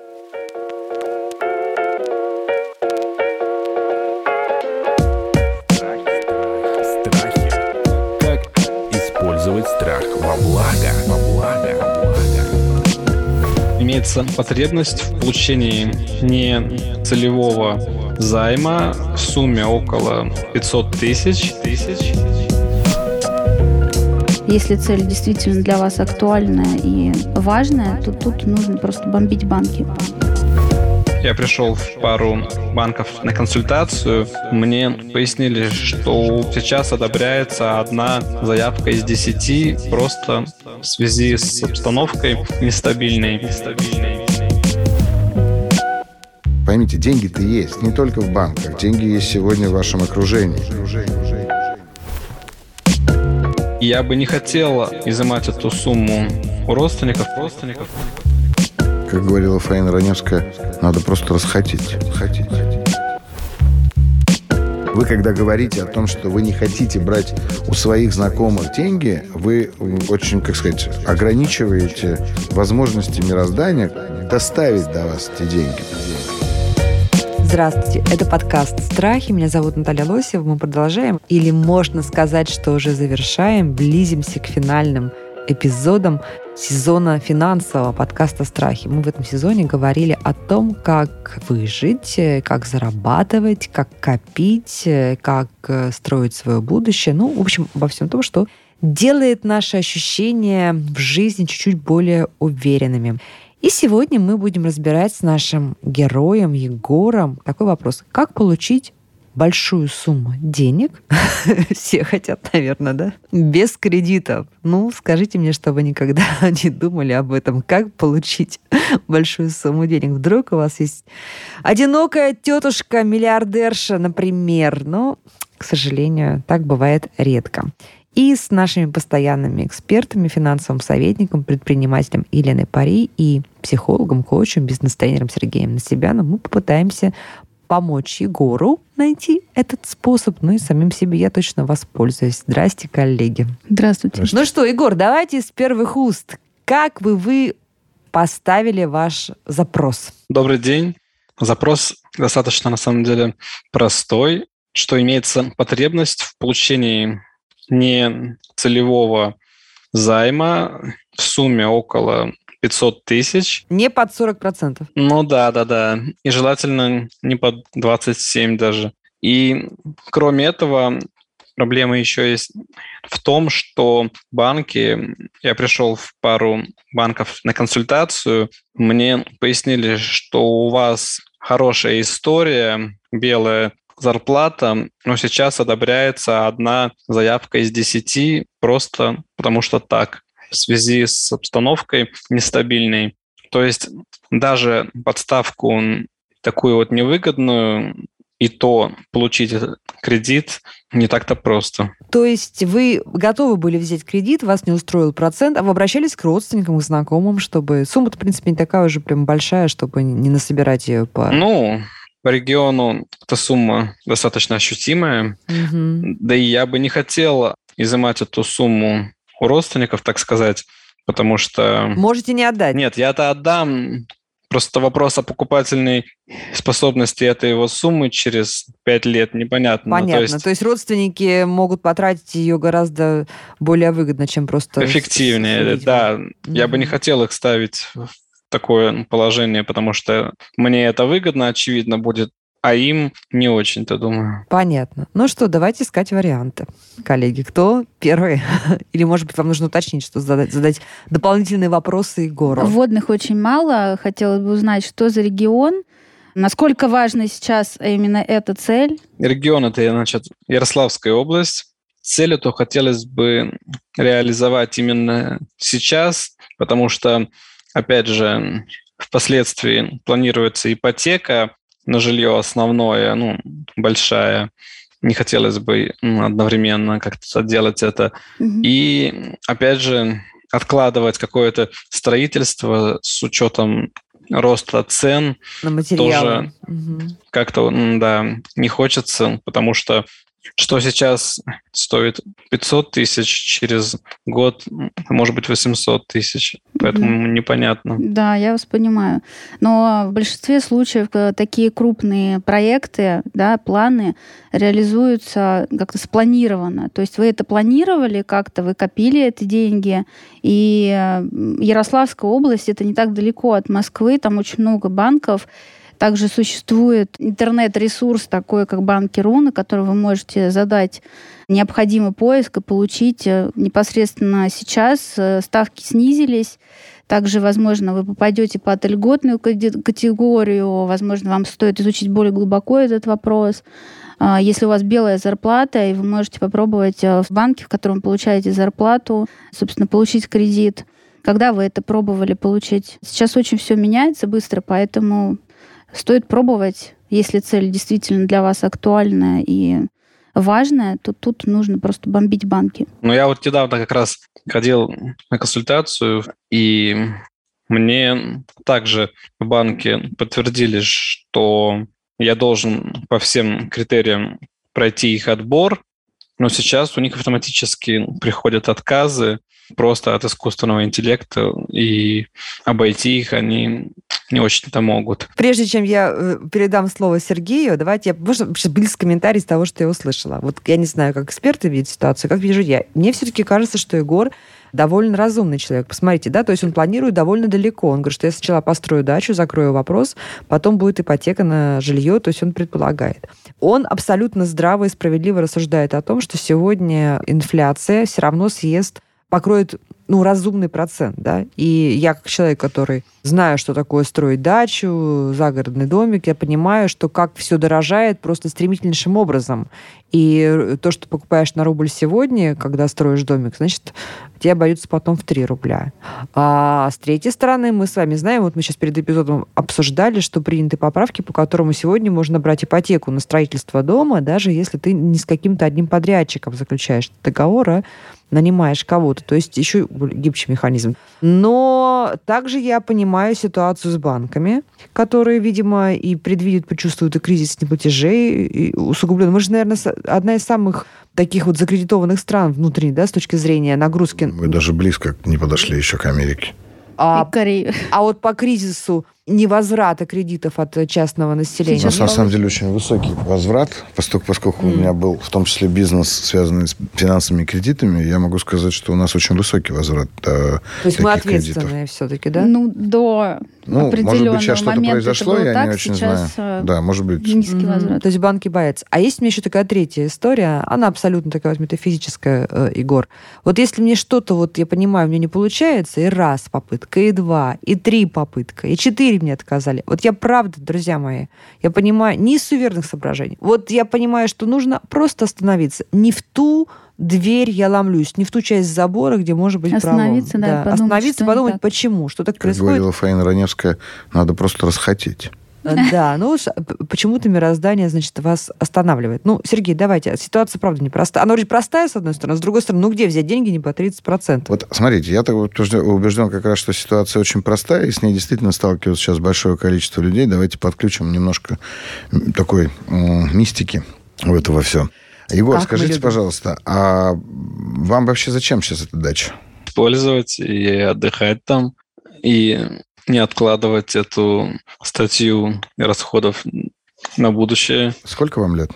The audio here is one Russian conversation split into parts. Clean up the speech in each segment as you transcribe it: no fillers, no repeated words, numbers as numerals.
Использовать страх во благо. Имеется потребность в получении нецелевого займа в сумме около 500 тысяч. Если цель действительно для вас актуальная и важная, то тут нужно просто бомбить банки. Я пришел в пару банков на консультацию. Мне пояснили, что сейчас одобряется одна заявка из 10 просто в связи с обстановкой нестабильной. Поймите, деньги-то есть не только в банках. Деньги есть сегодня в вашем окружении. Я бы не хотел изымать эту сумму у родственников. Как говорила Фаина Раневская, надо просто расхотеть. Вы, когда говорите о том, что вы не хотите брать у своих знакомых деньги, вы очень, ограничиваете возможности мироздания доставить до вас эти деньги. Здравствуйте, это подкаст «Страхи». Меня зовут Наталья Лосева. Мы продолжаем, или можно сказать, что уже завершаем, близимся к финальным эпизодам сезона финансового подкаста «Страхи». Мы в этом сезоне говорили о том, как выжить, как зарабатывать, как копить, как строить свое будущее. В общем, обо всем том, что делает наши ощущения в жизни чуть-чуть более уверенными. И сегодня мы будем разбирать с нашим героем Егором такой вопрос. Как получить большую сумму денег? Все хотят, наверное, да? Без кредитов. Скажите мне, что вы никогда не думали об этом. Как получить большую сумму денег? Вдруг у вас есть одинокая тетушка-миллиардерша, например. Но, к сожалению, так бывает редко. И с нашими постоянными экспертами, финансовым советником, предпринимателем Еленой Пари и психологом, коучем, бизнес-тренером Сергеем Насибяном мы попытаемся помочь Егору найти этот способ, и самим себе я точно воспользуюсь. Здрасте, коллеги. Здравствуйте. Ну что, Егор, давайте из первых уст. Как вы поставили ваш запрос? Добрый день. Запрос достаточно, на самом деле, простой, что имеется потребность в получении нецелевого займа в сумме около 500 тысяч. Не под 40%. Да. И желательно не под 27 даже. И кроме этого, проблема еще есть в том, что банки... Я пришел в пару банков на консультацию. Мне пояснили, что у вас хорошая история, белая зарплата, но сейчас одобряется одна заявка из 10 просто потому что так, в связи с обстановкой нестабильной. То есть даже подставку такую невыгодную, и то получить кредит не так-то просто. То есть вы готовы были взять кредит, вас не устроил процент, а вы обращались к родственникам, к знакомым, чтобы... Сумма-то, в принципе, не такая уже прям большая, чтобы не насобирать ее по... По региону эта сумма достаточно ощутимая. Угу. Да и я бы не хотел изымать эту сумму у родственников, так сказать, потому что... Можете не отдать. Нет, я это отдам. Просто вопрос о покупательной способности этой его суммы через 5 лет непонятно. Понятно. То есть родственники могут потратить ее гораздо более выгодно, чем просто... Эффективнее, да. Я бы не хотел их ставить в такое положение, потому что мне это выгодно, очевидно, будет, а им не очень-то, думаю. Понятно. Давайте искать варианты. Коллеги, кто первый? Или, может быть, вам нужно уточнить, что задать дополнительные вопросы Егору? Вводных очень мало. Хотелось бы узнать, что за регион, насколько важна сейчас именно эта цель? Регион — это, Ярославская область. Цель эту хотелось бы реализовать именно сейчас, потому что, опять же, впоследствии планируется ипотека на жилье основное, большая. Не хотелось бы одновременно как-то делать это. Угу. И, опять же, откладывать какое-то строительство с учетом роста цен на материалы. Тоже как-то, не хочется, потому что что сейчас стоит 500 тысяч, через год может быть 800 тысяч. Поэтому непонятно. Да, я вас понимаю. Но в большинстве случаев такие крупные проекты, да, планы реализуются как-то спланированно. То есть вы это планировали как-то, вы копили эти деньги. И Ярославская область — это не так далеко от Москвы, там очень много банков. Также существует интернет-ресурс такой, как Банки.ру, на который вы можете задать необходимый поиск и получить непосредственно сейчас. Ставки снизились. Также, возможно, вы попадете под льготную категорию. Возможно, вам стоит изучить более глубоко этот вопрос. Если у вас белая зарплата, и вы можете попробовать в банке, в котором вы получаете зарплату, собственно, получить кредит. Когда вы это пробовали получить? Сейчас очень все меняется быстро, поэтому стоит пробовать. Если цель действительно для вас актуальная и важная, то тут нужно просто бомбить банки. Ну, я вот недавно как раз ходил на консультацию, и мне также в банке подтвердили, что я должен по всем критериям пройти их отбор, но сейчас у них автоматически приходят отказы просто от искусственного интеллекта, и обойти их они не очень-то могут. Прежде чем я передам слово Сергею, давайте я, можно, близ комментарий из того, что я услышала. Вот я не знаю, как эксперты видят ситуацию, как вижу я. Мне все-таки кажется, что Егор довольно разумный человек. Посмотрите, да, то есть он планирует довольно далеко. Он говорит, что я сначала построю дачу, закрою вопрос, потом будет ипотека на жилье, то есть он предполагает. Он абсолютно здраво и справедливо рассуждает о том, что сегодня инфляция все равно покроет разумный процент, да, и я как человек, который знаю, что такое строить дачу, загородный домик, я понимаю, что как все дорожает просто стремительнейшим образом. И то, что покупаешь на рубль сегодня, когда строишь домик, значит, тебе обойдется потом в 3 рубля. А с третьей стороны, мы с вами знаем, вот мы сейчас перед эпизодом обсуждали, что приняты поправки, по которым сегодня можно брать ипотеку на строительство дома, даже если ты не с каким-то одним подрядчиком заключаешь договор, а нанимаешь кого-то. То есть еще гибче механизм. Но также я понимаю ситуацию с банками, которые, видимо, и предвидят, почувствуют и кризис неплатежей, и усугубленный. Мы же, наверное, одна из самых таких вот закредитованных стран внутри, да, с точки зрения нагрузки. Вы даже близко не подошли еще к Америке. А вот по кризису невозврата кредитов от частного населения. У нас, на самом деле, очень высокий возврат, поскольку у меня был в том числе бизнес, связанный с финансовыми кредитами, я могу сказать, что у нас очень высокий возврат То есть мы ответственные все-таки, да? До определенного может быть, сейчас что-то произошло, я так, не очень знаю. Да, может быть. Низкий возврат. То есть банки боятся. А есть у меня еще такая третья история, она абсолютно такая вот метафизическая, Егор. Вот если мне что-то, вот я понимаю, у меня не получается, и раз попытка, и 2, и 3 попытка, и 4 мне отказали. Вот я правда, друзья мои, я понимаю, не из суеверных соображений. Вот я понимаю, что нужно просто остановиться. Не в ту дверь я ломлюсь, не в ту часть забора, где может быть остановиться, пролом. Да, остановиться, подумать, почему, что так происходит. Как говорила Фаина Раневская, надо просто расхотеть. Да, почему-то мироздание, значит, вас останавливает. Сергей, давайте. Ситуация, правда, непростая. Она вроде простая, с одной стороны, с другой стороны, где взять деньги не по 30%? Вот, смотрите, я так убежден как раз, что ситуация очень простая, и с ней действительно сталкивается сейчас большое количество людей. Давайте подключим немножко такой мистики в это во все. Егор, скажите, пожалуйста, а вам вообще зачем сейчас эта дача? Использовать и отдыхать там, и не откладывать эту статью расходов на будущее. Сколько вам лет?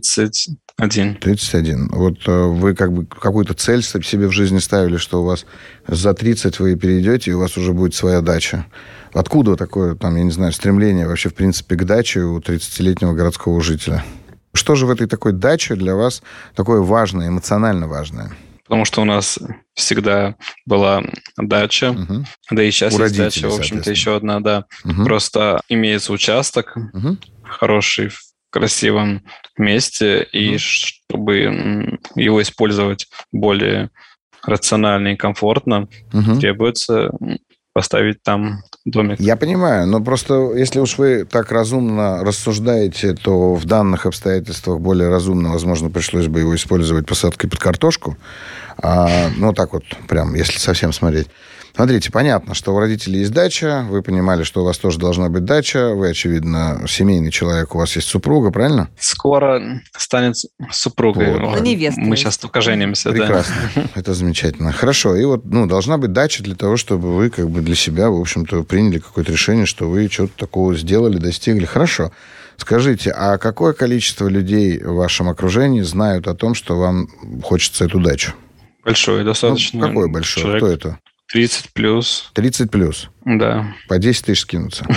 31. 31. Вот вы как бы какую-то цель себе в жизни ставили, что у вас за 30 вы перейдете, и у вас уже будет своя дача. Откуда такое, я не знаю, стремление вообще, в принципе, к даче у 30-летнего городского жителя? Что же в этой такой даче для вас такое важное, эмоционально важное? Потому что у нас всегда была дача, да и сейчас есть дача, в общем-то, еще одна, да. Просто имеется участок хороший, в красивом месте, и чтобы его использовать более рационально и комфортно, требуется поставить там домик. Я понимаю, но просто если уж вы так разумно рассуждаете, то в данных обстоятельствах более разумно, возможно, пришлось бы его использовать посадкой под картошку. Так вот, прям, если совсем смотреть. Смотрите, понятно, что у родителей есть дача, вы понимали, что у вас тоже должна быть дача, вы, очевидно, семейный человек, у вас есть супруга, правильно? Скоро станет супругой. Вот. Невеста. Мы сейчас только женимся. Прекрасно. Да. Это замечательно. Хорошо. И вот, должна быть дача для того, чтобы вы как бы для себя, в общем-то, приняли какое-то решение, что вы что-то такого сделали, достигли. Хорошо. Скажите, а какое количество людей в вашем окружении знают о том, что вам хочется эту дачу? Большое, достаточно. Какое большое? Кто это? 30 плюс. 30 плюс? Да. По 10 тысяч скинуться?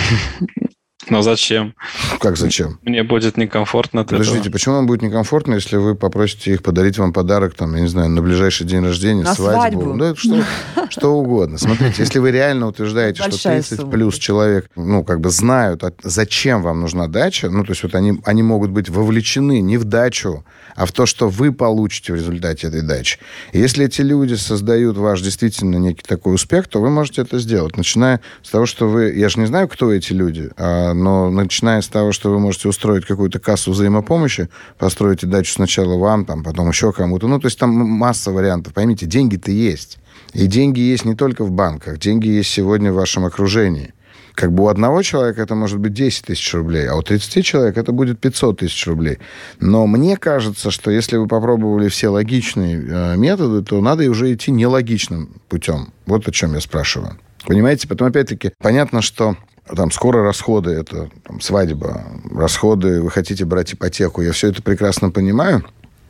Но зачем? Как зачем? Мне будет некомфортно от этого. Подождите, почему вам будет некомфортно, если вы попросите их подарить вам подарок, там, я не знаю, на ближайший день рождения, на свадьбу. Да, что угодно. Смотрите, если вы реально утверждаете, что 30 плюс человек, знают, зачем вам нужна дача, то есть вот они могут быть вовлечены не в дачу, а в то, что вы получите в результате этой дачи. И если эти люди создают ваш действительно некий такой успех, то вы можете это сделать. Начиная с того, что вы... Я же не знаю, кто эти люди, но начиная с того, что вы можете устроить какую-то кассу взаимопомощи, построите дачу сначала вам, потом еще кому-то. То есть там масса вариантов. Поймите, деньги-то есть. И деньги есть не только в банках. Деньги есть сегодня в вашем окружении. Как бы у одного человека это может быть 10 тысяч рублей, а у 30 человек это будет 500 тысяч рублей. Но мне кажется, что если вы попробовали все логичные методы, то надо уже идти нелогичным путем. Вот о чем я спрашиваю. Понимаете? Потом, опять-таки, понятно, что там скоро расходы, это свадьба, расходы, вы хотите брать ипотеку. Я все это прекрасно понимаю.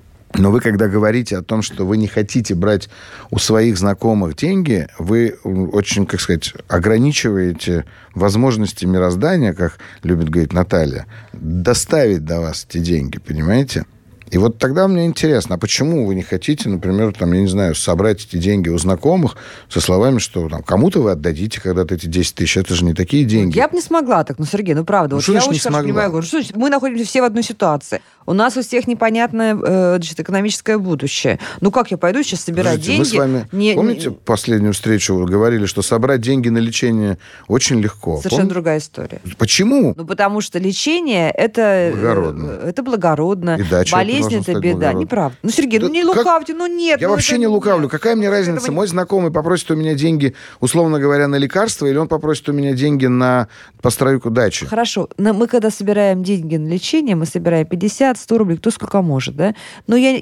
Но вы, когда говорите о том, что вы не хотите брать у своих знакомых деньги, вы очень, ограничиваете возможности мироздания, как любит говорить Наталья, доставить до вас эти деньги, понимаете? И вот тогда мне интересно, а почему вы не хотите, например, собрать эти деньги у знакомых со словами, что кому-то вы отдадите когда-то эти 10 тысяч, это же не такие деньги. Я бы не смогла так, Сергей, правда. Вот я очень хорошо понимаю, что мы находимся все в одной ситуации. У нас у всех непонятное экономическое будущее. Как я пойду сейчас собирать деньги? Мы с вами, помните последнюю встречу, вы говорили, что собрать деньги на лечение очень легко. Совершенно другая история. Почему? Потому что лечение это благородно. И дача, болезнь это беда. Неправда. Сергей, не лукавьте, нет. Я вообще не лукавлю. Какая мне разница? Мой знакомый попросит у меня деньги, условно говоря, на лекарства, или он попросит у меня деньги на постройку дачи? Хорошо. Мы когда собираем деньги на лечение, мы собираем 50, 100 рублей, кто сколько может, да? Но я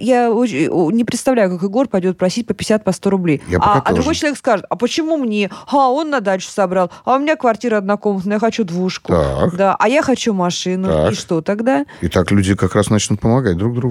не представляю, как Егор пойдет просить по 50, по 100 рублей. А другой человек скажет, а почему мне? Он на дачу собрал, а у меня квартира однокомнатная, я хочу двушку. Так. Да, а я хочу машину. Так. И что тогда? И так люди как раз начнут помогать друг другу.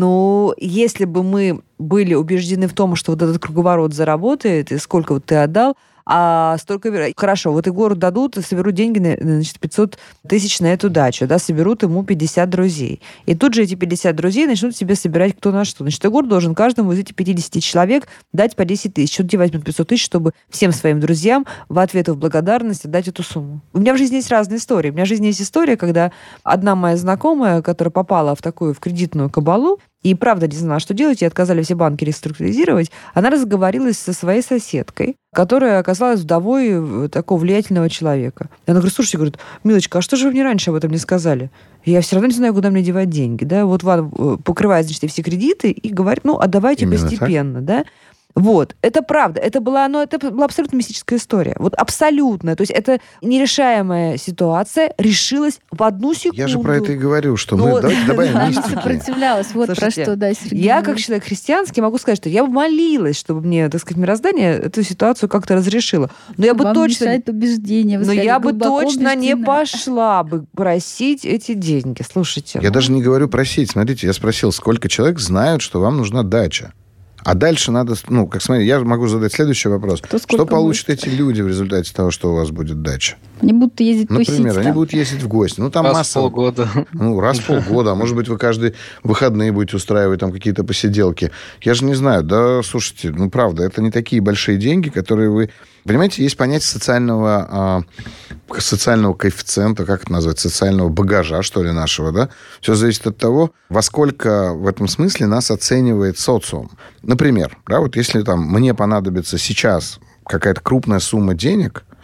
Если бы мы были убеждены в том, что вот этот круговорот заработает, и сколько ты отдал, а столько... Хорошо, вот Егору дадут, соберут деньги, 500 тысяч на эту дачу, да, соберут ему 50 друзей. И тут же эти 50 друзей начнут себе собирать кто на что. Егор должен каждому из этих 50 человек дать по 10 тысяч. Он тебе возьмет 500 тысяч, чтобы всем своим друзьям в ответ и в благодарность отдать эту сумму. У меня в жизни есть разные истории. У меня в жизни есть история, когда одна моя знакомая, которая попала в кредитную кабалу, и правда не знала, что делать, и отказали все банки реструктуризировать, она разговорилась со своей соседкой, которая оказалась вдовой такого влиятельного человека. И она говорит, слушайте, говорит, Милочка, а что же вы мне раньше об этом не сказали? Я все равно не знаю, куда мне девать деньги. Да? Вот вам покрывает, все кредиты и говорит, отдавайте именно постепенно. Да? Вот, это правда. Это была абсолютно мистическая история. Вот абсолютно. То есть это нерешаемая ситуация решилась в одну секунду. Я же про это и говорю, что мы добавим мистики. Она сопротивлялась. Вот про что, да, Сергей. Я, как человек христианский, могу сказать, что я молилась, чтобы мне, мироздание эту ситуацию как-то разрешило. Но я бы Вам точно... мешает убеждение. Но я бы точно не пошла бы просить эти деньги. Слушайте. Я даже не говорю просить. Смотрите, я спросил, сколько человек знают, что вам нужна дача. А дальше надо... я могу задать следующий вопрос. Что получат эти люди в результате того, что у вас будет дача? Они будут ездить тусить. Например, они будут ездить в гости. Раз в полгода. Раз в полгода. А может быть, вы каждые выходные будете устраивать какие-то посиделки. Я же не знаю. Да, слушайте, правда, это не такие большие деньги, которые вы... Понимаете, есть понятие социального коэффициента, как это назвать, социального багажа, что ли, нашего, да? Все зависит от того, во сколько в этом смысле нас оценивает социум. Например, да, вот если мне понадобится сейчас какая-то крупная сумма денег,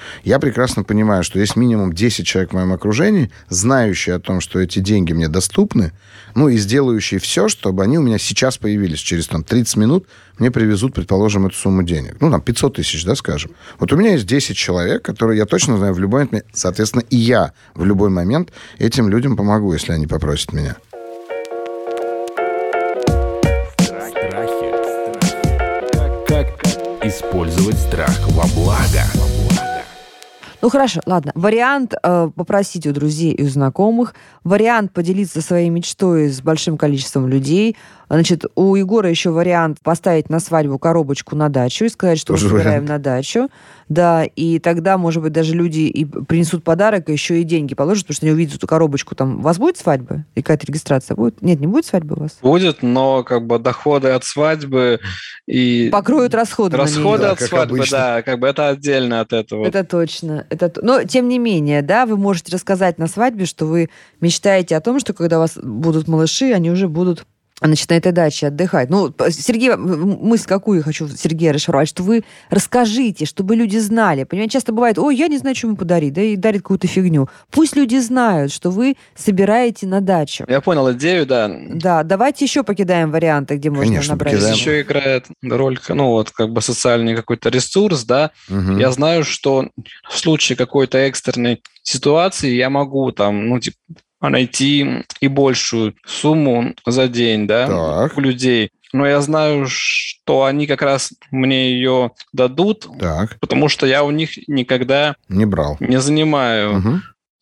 Я прекрасно понимаю, что есть минимум 10 человек в моем окружении, знающие о том, что эти деньги мне доступны, и сделающие все, чтобы они у меня сейчас появились. Через 30 минут мне привезут, предположим, эту сумму денег. 500 тысяч, да, скажем. Вот у меня есть 10 человек, которые я точно знаю в любой момент. Соответственно, и я в любой момент этим людям помогу, если они попросят меня. Как использовать страх во благо? Хорошо, ладно. Вариант попросить у друзей и у знакомых. Вариант поделиться своей мечтой с большим количеством людей. Значит, у Егора еще вариант поставить на свадьбу коробочку на дачу и сказать, что мы собираем на дачу. Да, и тогда, может быть, даже люди и принесут подарок, и еще и деньги положат, потому что они увидят эту коробочку. Там у вас будет свадьба? И какая-то регистрация будет? Нет, не будет свадьбы у вас? Будет, но доходы от свадьбы и... покроют расходы. Расходы от свадьбы, обычно. Да, это отдельно от этого. Это точно. Но, тем не менее, да, вы можете рассказать на свадьбе, что вы мечтаете о том, что когда у вас будут малыши, они уже будут на этой даче отдыхать. Сергей, мысль какую я хочу Сергея расшифровать, что вы расскажите, чтобы люди знали. Понимаете, часто бывает, я не знаю, что ему подарить, да, и дарит какую-то фигню. Пусть люди знают, что вы собираете на дачу. Я понял идею, да. Да, давайте еще покидаем варианты, где можно набрать. Здесь еще играет роль, социальный какой-то ресурс, да. Угу. Я знаю, что в случае какой-то экстренной ситуации я могу найти и большую сумму за день, да, у людей. Но я знаю, что они как раз мне ее дадут, потому что я у них никогда не брал, не занимаю. Угу.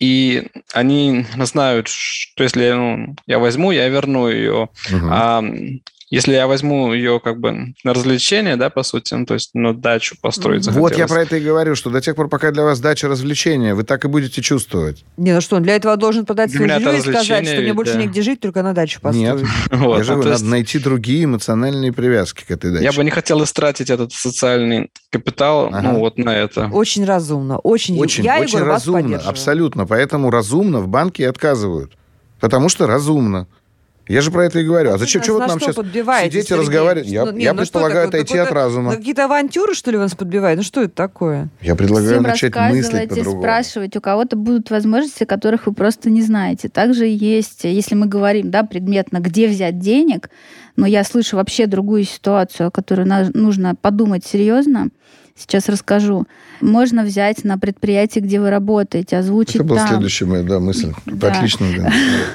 И они знают, что если я возьму, я верну ее. Угу. А если я возьму ее на развлечение, да, по сути, то есть дачу построить захотелось. Вот я про это и говорю, что до тех пор, пока для вас дача развлечения, вы так и будете чувствовать. Не, он для этого должен продать свою жилье и сказать, что мне больше негде жить, только на дачу построить. Нет, я же говорю, надо найти другие эмоциональные привязки к этой даче. Я бы не хотел истратить этот социальный капитал на это. Очень разумно. Очень Егор, разумно, абсолютно. Поэтому разумно в банке отказывают. Потому что разумно. Я же про это и говорю. А зачем? Чего вы нам сейчас сидеть и разговаривать? Я предполагаю отойти от разума. Какие-то авантюры, что ли, вас подбивают? Что это такое? Я предлагаю начать мыслить по-другому. Спрашивать. У кого-то будут возможности, которых вы просто не знаете. Также есть, если мы говорим, да, предметно, где взять денег, но я слышу вообще другую ситуацию, о которой нужно подумать серьезно. Сейчас расскажу. Можно взять на предприятии, где вы работаете, озвучить там. Это была следующая моя мысль. Да. Отлично. Да.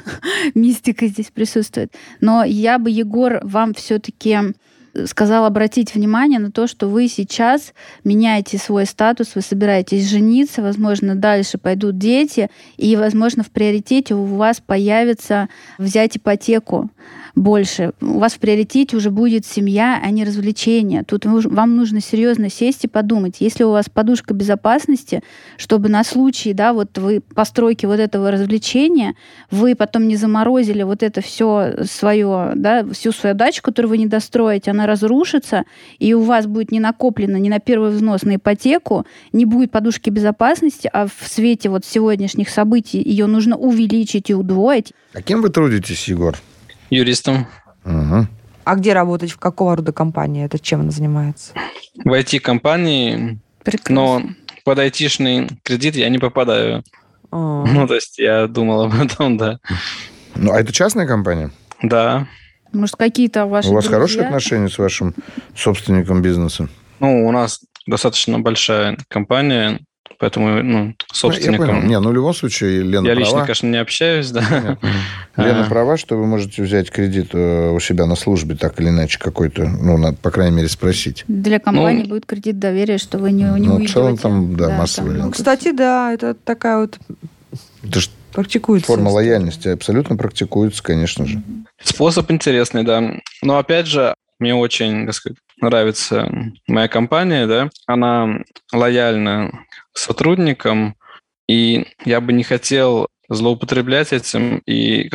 Мистика здесь присутствует. Но я бы, Егор, вам все-таки сказала обратить внимание на то, что вы сейчас меняете свой статус, вы собираетесь жениться, возможно, дальше пойдут дети, и, возможно, в приоритете у вас появится взять ипотеку больше. У вас в приоритете уже будет семья, а не развлечения. Тут вам нужно серьезно сесть и подумать. Если у вас подушка безопасности, чтобы на случай, да, вы постройки этого развлечения, вы потом не заморозили это все свое, да, всю свою дачу, которую вы не достроите, она разрушится, и у вас будет не накоплено ни на первый взнос на ипотеку, не будет подушки безопасности, а в свете сегодняшних событий ее нужно увеличить и удвоить. А кем вы трудитесь, Егор? Юристом. Угу. А где работать? В какого рода компании? Это чем она занимается? В IT-компании. Прекрасно. Но под IT-шный кредит я не попадаю. То есть я думал об этом, да. А это частная компания? Да. Может, какие-то ваши У вас друзья? хорошие отношения с вашим собственником бизнеса? У нас достаточно большая компания, поэтому, собственником... Я понял. В любом случае, Лена права. Я лично, конечно, не общаюсь, да. Лена права, что вы можете взять кредит у себя на службе, так или иначе, какой-то, по крайней мере, спросить. Для компании будет кредит доверия, что вы не уйдете. В целом там, массовый. Кстати, да, это такая Это же практикуется. Форма лояльности абсолютно практикуется, конечно же. Способ интересный, да. Но, опять же, мне очень, нравится моя компания, да. Она лояльна к сотрудникам, и я бы не хотел злоупотреблять этим и,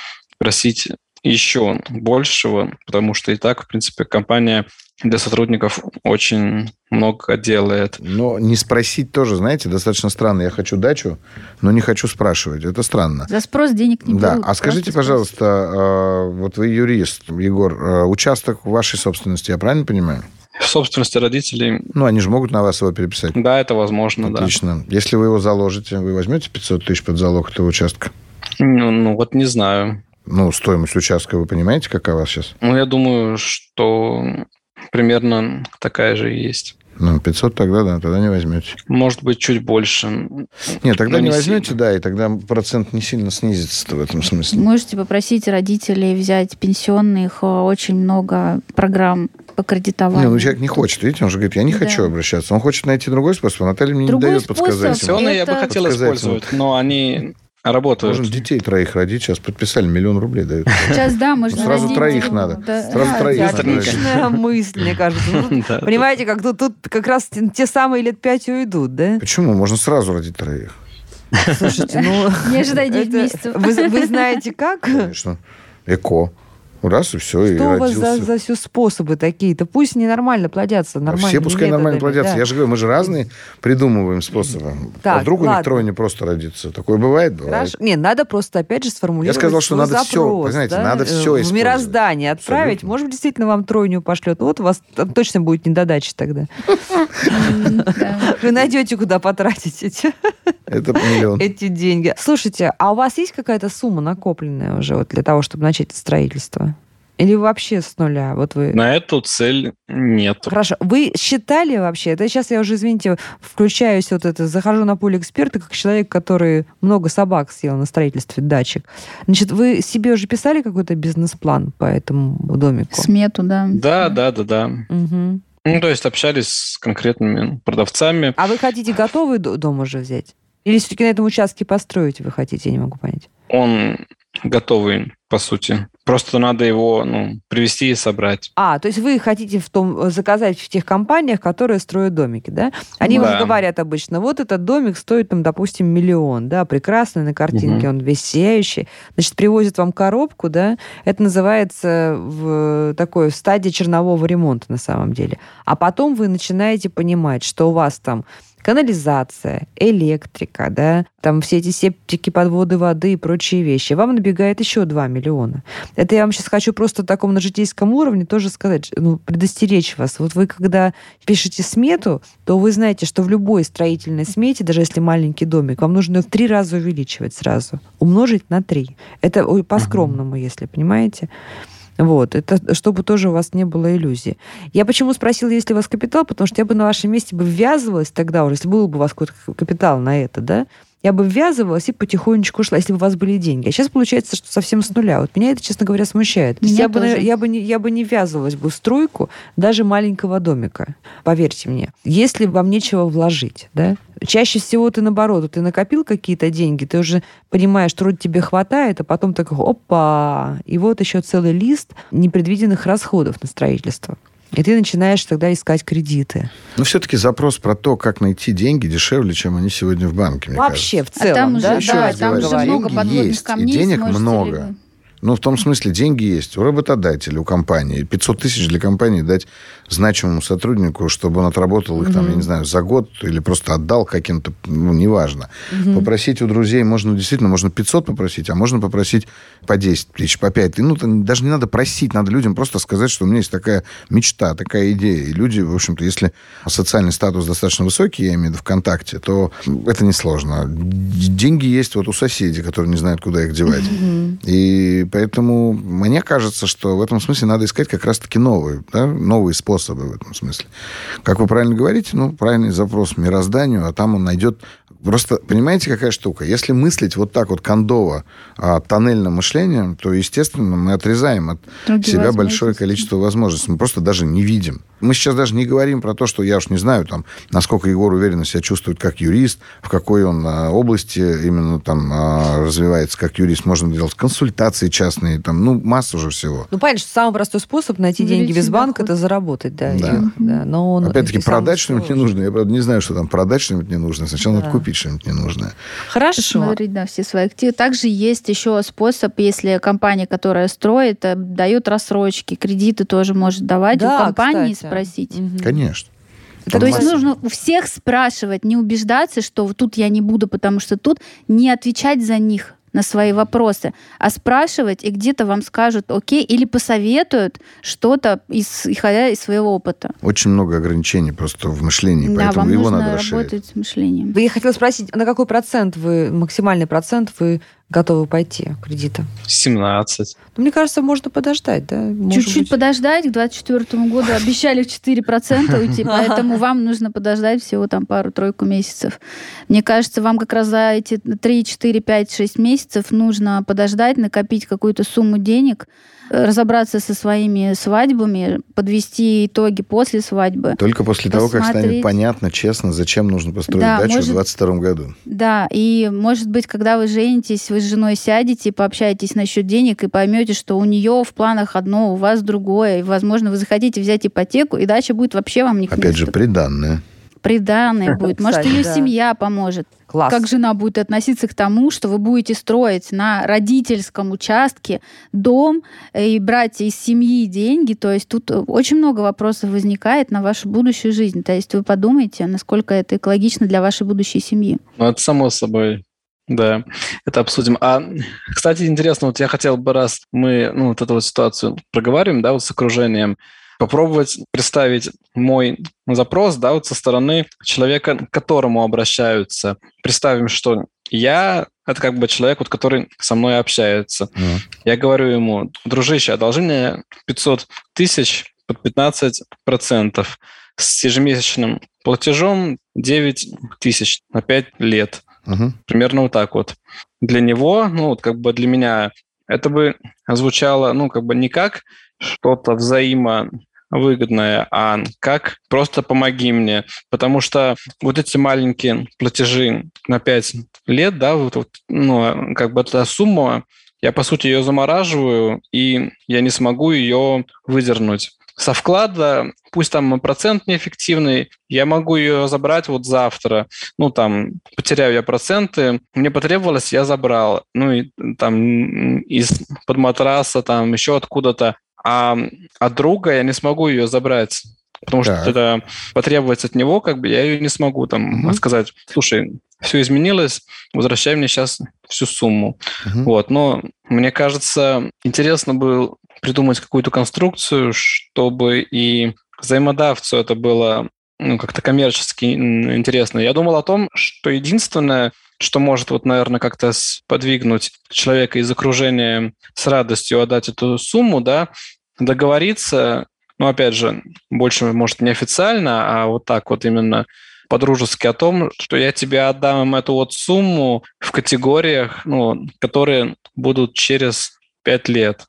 просить еще большего, потому что и так, в принципе, компания для сотрудников очень много делает. Но не спросить тоже, знаете, достаточно странно. Я хочу дачу, но не хочу спрашивать. Это странно. За спрос денег не берут. Да. А скажите, пожалуйста, вы юрист, Егор, участок в вашей собственности, я правильно понимаю? В собственности родителей. Ну, они же могут на вас его переписать. Да, это возможно, Отлично. Если вы его заложите, вы возьмете 500 тысяч под залог этого участка? Ну, вот не знаю. Ну, стоимость участка, вы понимаете, какова сейчас? Ну, я думаю, что примерно такая же и есть. Ну, 500 тогда, да, тогда не возьмете. Может быть, чуть больше. Нет, тогда не не возьмете, сильно. да, и тогда процент не сильно снизится в этом смысле. Можете попросить родителей взять пенсионных, очень много программ по кредитованию. Не, ну человек не хочет, видите, он же говорит, я не хочу обращаться. Он хочет найти другой способ, а Наталья мне Другой не дает способ. подсказать ему. Пенсионные я бы Это- хотел Подсказать использовать, но они работают. Можно детей 3 родить, сейчас подписали, 1 000 000 рублей дают. Сейчас, да, можно Сразу родить, 3 надо. да. Сразу 3 надо. Отличная мысль, мне кажется. Ну, Да, понимаете, как тут как раз те самые лет 5 уйдут, да? Почему? Можно сразу родить 3. Слушайте, ну... Не ожидай 9 это- месяцев. Вы знаете как? Конечно. Эко. Раз, и все, и Что у вас родился. за все способы такие-то? Пусть не нормально плодятся, нормально. Все пускай нормально плодятся. Я же говорю, мы же разные придумываем способы. Так, А вдруг у них ладно. 3 не просто родится? Такое бывает? Бывает. Хорошо. Не, надо просто, опять же, сформулировать Я сказал, что свой надо всё, запрос, вы знаете, да, надо всё в использовать. мироздание отправить. Абсолютно. Может быть, действительно вам 3 пошлет. Вот у вас там точно будет недодача тогда. Да. Вы найдете, куда потратить Это 1 000 000. эти деньги. Слушайте, а у вас есть какая-то сумма накопленная уже вот для того, чтобы начать строительство? Или вообще с нуля? Вот вы... На эту цель нет. Хорошо. Вы считали вообще? Это сейчас я уже, извините, включаюсь вот это, захожу на поле эксперта, как человек, который много собак съел на строительстве дачек. Значит, вы себе уже писали какой-то бизнес-план по этому домику? Смету, да. Да. Мгм. Ну, то есть общались с конкретными продавцами. А вы хотите готовый дом уже взять? Или все-таки на этом участке построить вы хотите? Я не могу понять. Он готовый, по сути. Просто надо его привезти и собрать. А, то есть вы хотите заказать в тех компаниях, которые строят домики, да? Они Да. вам говорят обычно, вот этот домик стоит, там, допустим, 1 000 000, да, прекрасный на картинке, он весь сияющий. Значит, привозят вам коробку, да, это называется в стадии чернового ремонта на самом деле. А потом вы начинаете понимать, что у вас там канализация, электрика, да, там все эти септики, подводы воды и прочие вещи. Вам набегает еще 2 миллиона. Это я вам сейчас хочу просто таком на житейском уровне тоже сказать, предостеречь вас. Вот вы, когда пишете смету, то вы знаете, что в любой строительной смете, даже если маленький домик, вам нужно ее в 3 раза увеличивать сразу. Умножить на 3. Это по-скромному, если понимаете. Вот, это чтобы тоже у вас не было иллюзий. Я почему спросила, есть ли у вас капитал, потому что я бы на вашем месте бы ввязывалась тогда уже, если был бы у вас какой-то капитал на это, да, я бы ввязывалась и потихонечку шла, если бы у вас были деньги. А сейчас получается, что совсем с нуля. Вот меня это, честно говоря, смущает. То есть Меня тоже. я бы не ввязывалась бы в стройку даже маленького домика. Поверьте мне. Если вам нечего вложить, да, чаще всего ты наоборот, ты накопил какие-то деньги, ты уже понимаешь, что вроде тебе хватает, а потом такой, опа, и вот еще целый лист непредвиденных расходов на строительство. И ты начинаешь тогда искать кредиты. Но все-таки запрос про то, как найти деньги, дешевле, чем они сегодня в банке, мне Вообще, кажется. в целом, там да? уже, Еще да, раз там говорю, уже много деньги подводных есть, и камней. денег сможете ли много. вы- Ну, в том смысле, деньги есть у работодателя, у компании. 500 тысяч для компании дать значимому сотруднику, чтобы он отработал их, там, я не знаю, за год или просто отдал каким-то, неважно. Попросить у друзей можно 500 попросить, а можно попросить по 10 тысяч, по 5. Даже не надо просить, надо людям просто сказать, что у меня есть такая мечта, такая идея. И люди, в общем-то, если социальный статус достаточно высокий, я имею в виду ВКонтакте, то это несложно. Деньги есть вот у соседей, которые не знают, куда их девать. И поэтому мне кажется, что в этом смысле надо искать как раз-таки новые способы в этом смысле. Как вы правильно говорите, правильный запрос мирозданию, а там он найдет... Просто, понимаете, какая штука? Если мыслить вот так вот кондово, тоннельным мышлением, то, естественно, мы отрезаем от Другие себя большое возможности. количество возможностей. Мы просто даже не видим. Мы сейчас даже не говорим про то, что я уж не знаю, там, насколько Егор уверенно себя чувствует как юрист, в какой он области именно там развивается как юрист. Можно делать консультации частные, там, масса уже всего. Понятно, что самый простой способ найти деньги без Увеличить банка – доход. это заработать, да. Да. их, да. Но он Опять-таки, и самый продать что-нибудь не сложный. нужно. Я, правда, не знаю, что там продать что-нибудь не нужно. Сначала Да. надо купить что-нибудь ненужное. Хорошо. Смотреть, да, все свои активы. Также есть еще способ, если компания, которая строит, дает рассрочки, кредиты тоже может давать Да, у компании, кстати. спросить. Мгм. Конечно. То есть Согласна. нужно у всех спрашивать, не убеждаться, что вот тут я не буду, потому что тут не отвечать за них на свои вопросы, а спрашивать, и где-то вам скажут окей, или посоветуют что-то, исходя из своего опыта. Очень много ограничений просто в мышлении, Да, поэтому вам его нужно надо расширять. работать с мышлением. Я хотела спросить, на какой максимальный процент вы готовы пойти кредита? 17. Мне кажется, можно подождать, да? Может Чуть-чуть быть. подождать, к 2024 году обещали в 4% уйти, поэтому вам нужно подождать всего там пару-тройку месяцев. Мне кажется, вам как раз за эти 3, 4, 5, 6 месяцев нужно подождать, накопить какую-то сумму денег, разобраться со своими свадьбами, подвести итоги после свадьбы. Только после того, как станет посмотреть. понятно, честно, зачем нужно построить Да, дачу может- в 2022 году. Да, и, может быть, когда вы женитесь, вы с женой сядете, пообщаетесь насчет денег и поймете, что у нее в планах одно, у вас другое. И, возможно, вы захотите взять ипотеку, и дача будет вообще вам не к Опять же, месту. приданное. Приданное будет. Может, Кстати, ее да. семья поможет. Класс. Как жена будет относиться к тому, что вы будете строить на родительском участке дом и брать из семьи деньги. То есть тут очень много вопросов возникает на вашу будущую жизнь. То есть вы подумайте, насколько это экологично для вашей будущей семьи. Ну, это само собой. Да, это обсудим. А, кстати, интересно, вот я хотел бы, раз мы вот эту вот ситуацию проговариваем, да, вот с окружением, попробовать представить мой запрос, да, вот со стороны человека, к которому обращаются. Представим, что я – это как бы человек, вот, который со мной общается. Я говорю ему: дружище, одолжи мне 500 тысяч под 15% с ежемесячным платежом 9 тысяч на 5 лет. Мгм. Примерно вот так вот. Для него, вот как бы для меня, это бы звучало, как бы не как что-то взаимовыгодное, а как просто помоги мне. Потому что вот эти маленькие платежи на 5 лет, да, как бы эта сумма, я, по сути, ее замораживаю, и я не смогу ее выдернуть. Со вклада, пусть там процент неэффективный, я могу ее забрать вот завтра. Потеряю я проценты, мне потребовалось, я забрал. И там из-под матраса, там еще откуда-то. А от друга я не смогу ее забрать, потому что Так. это потребуется от него, как бы я ее не смогу там сказать: слушай, все изменилось, возвращай мне сейчас всю сумму. Мгм. Но мне кажется, интересно было придумать какую-то конструкцию, чтобы и взаимодавцу это было как-то коммерчески интересно. Я думал о том, что единственное, что может, наверное, как-то сподвигнуть человека из окружения с радостью отдать эту сумму, да, договориться, опять же, больше, может, неофициально, а вот так вот именно по-дружески о том, что я тебе отдам эту вот сумму в категориях, которые будут через 5 лет.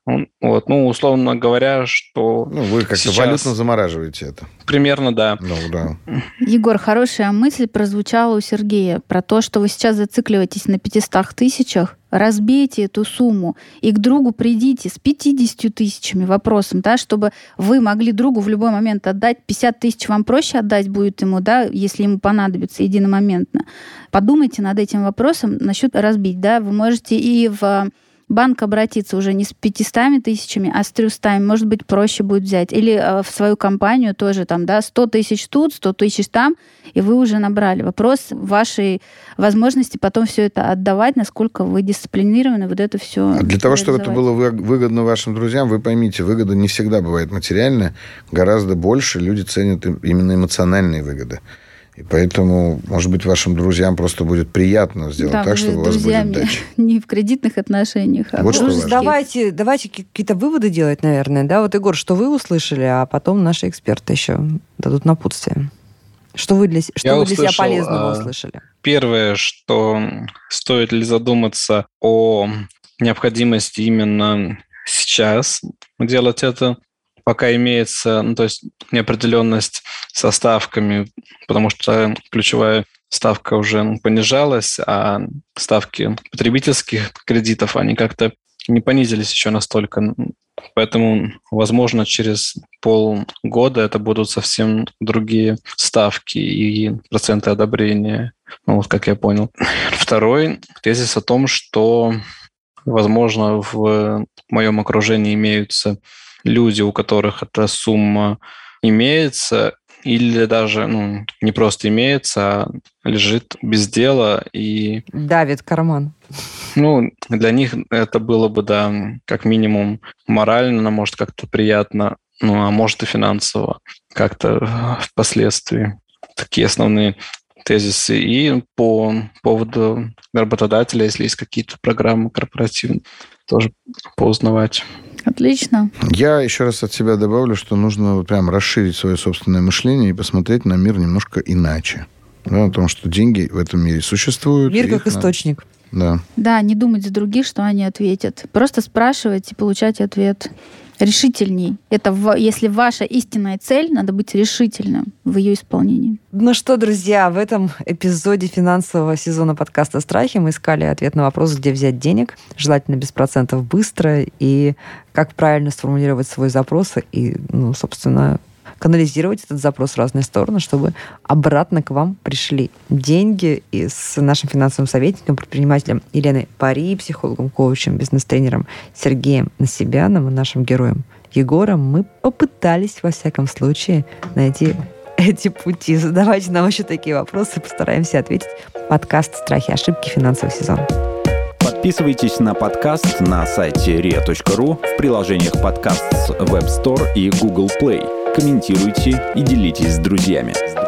Условно говоря, что Вы как-то сейчас валютно замораживаете это. примерно, да. Да. Егор, хорошая мысль прозвучала у Сергея про то, что вы сейчас зацикливаетесь на 500 тысячах. Разбейте эту сумму и к другу придите с 50 тысячами вопросом, да, чтобы вы могли другу в любой момент отдать. 50 тысяч вам проще отдать будет ему, да, если ему понадобится единомоментно. Подумайте над этим вопросом насчет разбить. Да. Вы можете и в банк обратиться уже не с 500 тысячами, а с 300. Может быть, проще будет взять. Или в свою компанию тоже 100 тысяч тут, 100 тысяч там, и вы уже набрали. Вопрос вашей возможности потом все это отдавать, насколько вы дисциплинированы, вот это все. А для того, чтобы это было выгодно вашим друзьям, вы поймите, выгода не всегда бывает материальная. Гораздо больше люди ценят именно эмоциональные выгоды. И поэтому, может быть, вашим друзьям просто будет приятно сделать так, чтобы у вас будет дача. Не в кредитных отношениях, а Вот что дружеских. важно. Давайте какие-то выводы делать, наверное. Да, вот, Егор, что вы услышали, а потом наши эксперты еще дадут напутствие. Что вы для себя полезного услышали? Первое, что стоит ли задуматься о необходимости именно сейчас делать это, пока имеется, то есть неопределенность со ставками, потому что ключевая ставка уже понижалась, а ставки потребительских кредитов, они как-то не понизились еще настолько. Поэтому, возможно, через полгода это будут совсем другие ставки и проценты одобрения, как я понял. Второй тезис о том, что, возможно, в моем окружении имеются люди, у которых эта сумма имеется, или даже не просто имеется, а лежит без дела и... Давит карман. Ну, для них это было бы, да, как минимум морально, может, как-то приятно, ну, а может и финансово как-то впоследствии. Такие основные тезисы. И по поводу работодателя, если есть какие-то программы корпоративные, тоже поузнавать. Отлично. Я еще раз от себя добавлю, что нужно прям расширить свое собственное мышление и посмотреть на мир немножко иначе. Да, о том, что деньги в этом мире существуют. Мир как источник. Да. Да, не думать за других, что они ответят. Просто спрашивать и получать ответ. Решительней. Это если ваша истинная цель, надо быть решительным в ее исполнении. Ну что, друзья, в этом эпизоде финансового сезона подкаста «Страхи» мы искали ответ на вопрос, где взять денег, желательно без процентов, быстро, и как правильно сформулировать свой запрос и, ну, собственно, канализировать этот запрос в разные стороны, чтобы обратно к вам пришли деньги. И с нашим финансовым советником, предпринимателем Еленой Пари, психологом, коучем, бизнес-тренером Сергеем Насибяном и нашим героем Егором мы попытались, во всяком случае, найти эти пути. Задавайте нам еще такие вопросы, постараемся ответить. Подкаст «Страхи и ошибки. Финансовый сезон». Подписывайтесь на подкаст на сайте ria.ru, в приложениях подкаст с Web Store и Google Play. Комментируйте и делитесь с друзьями.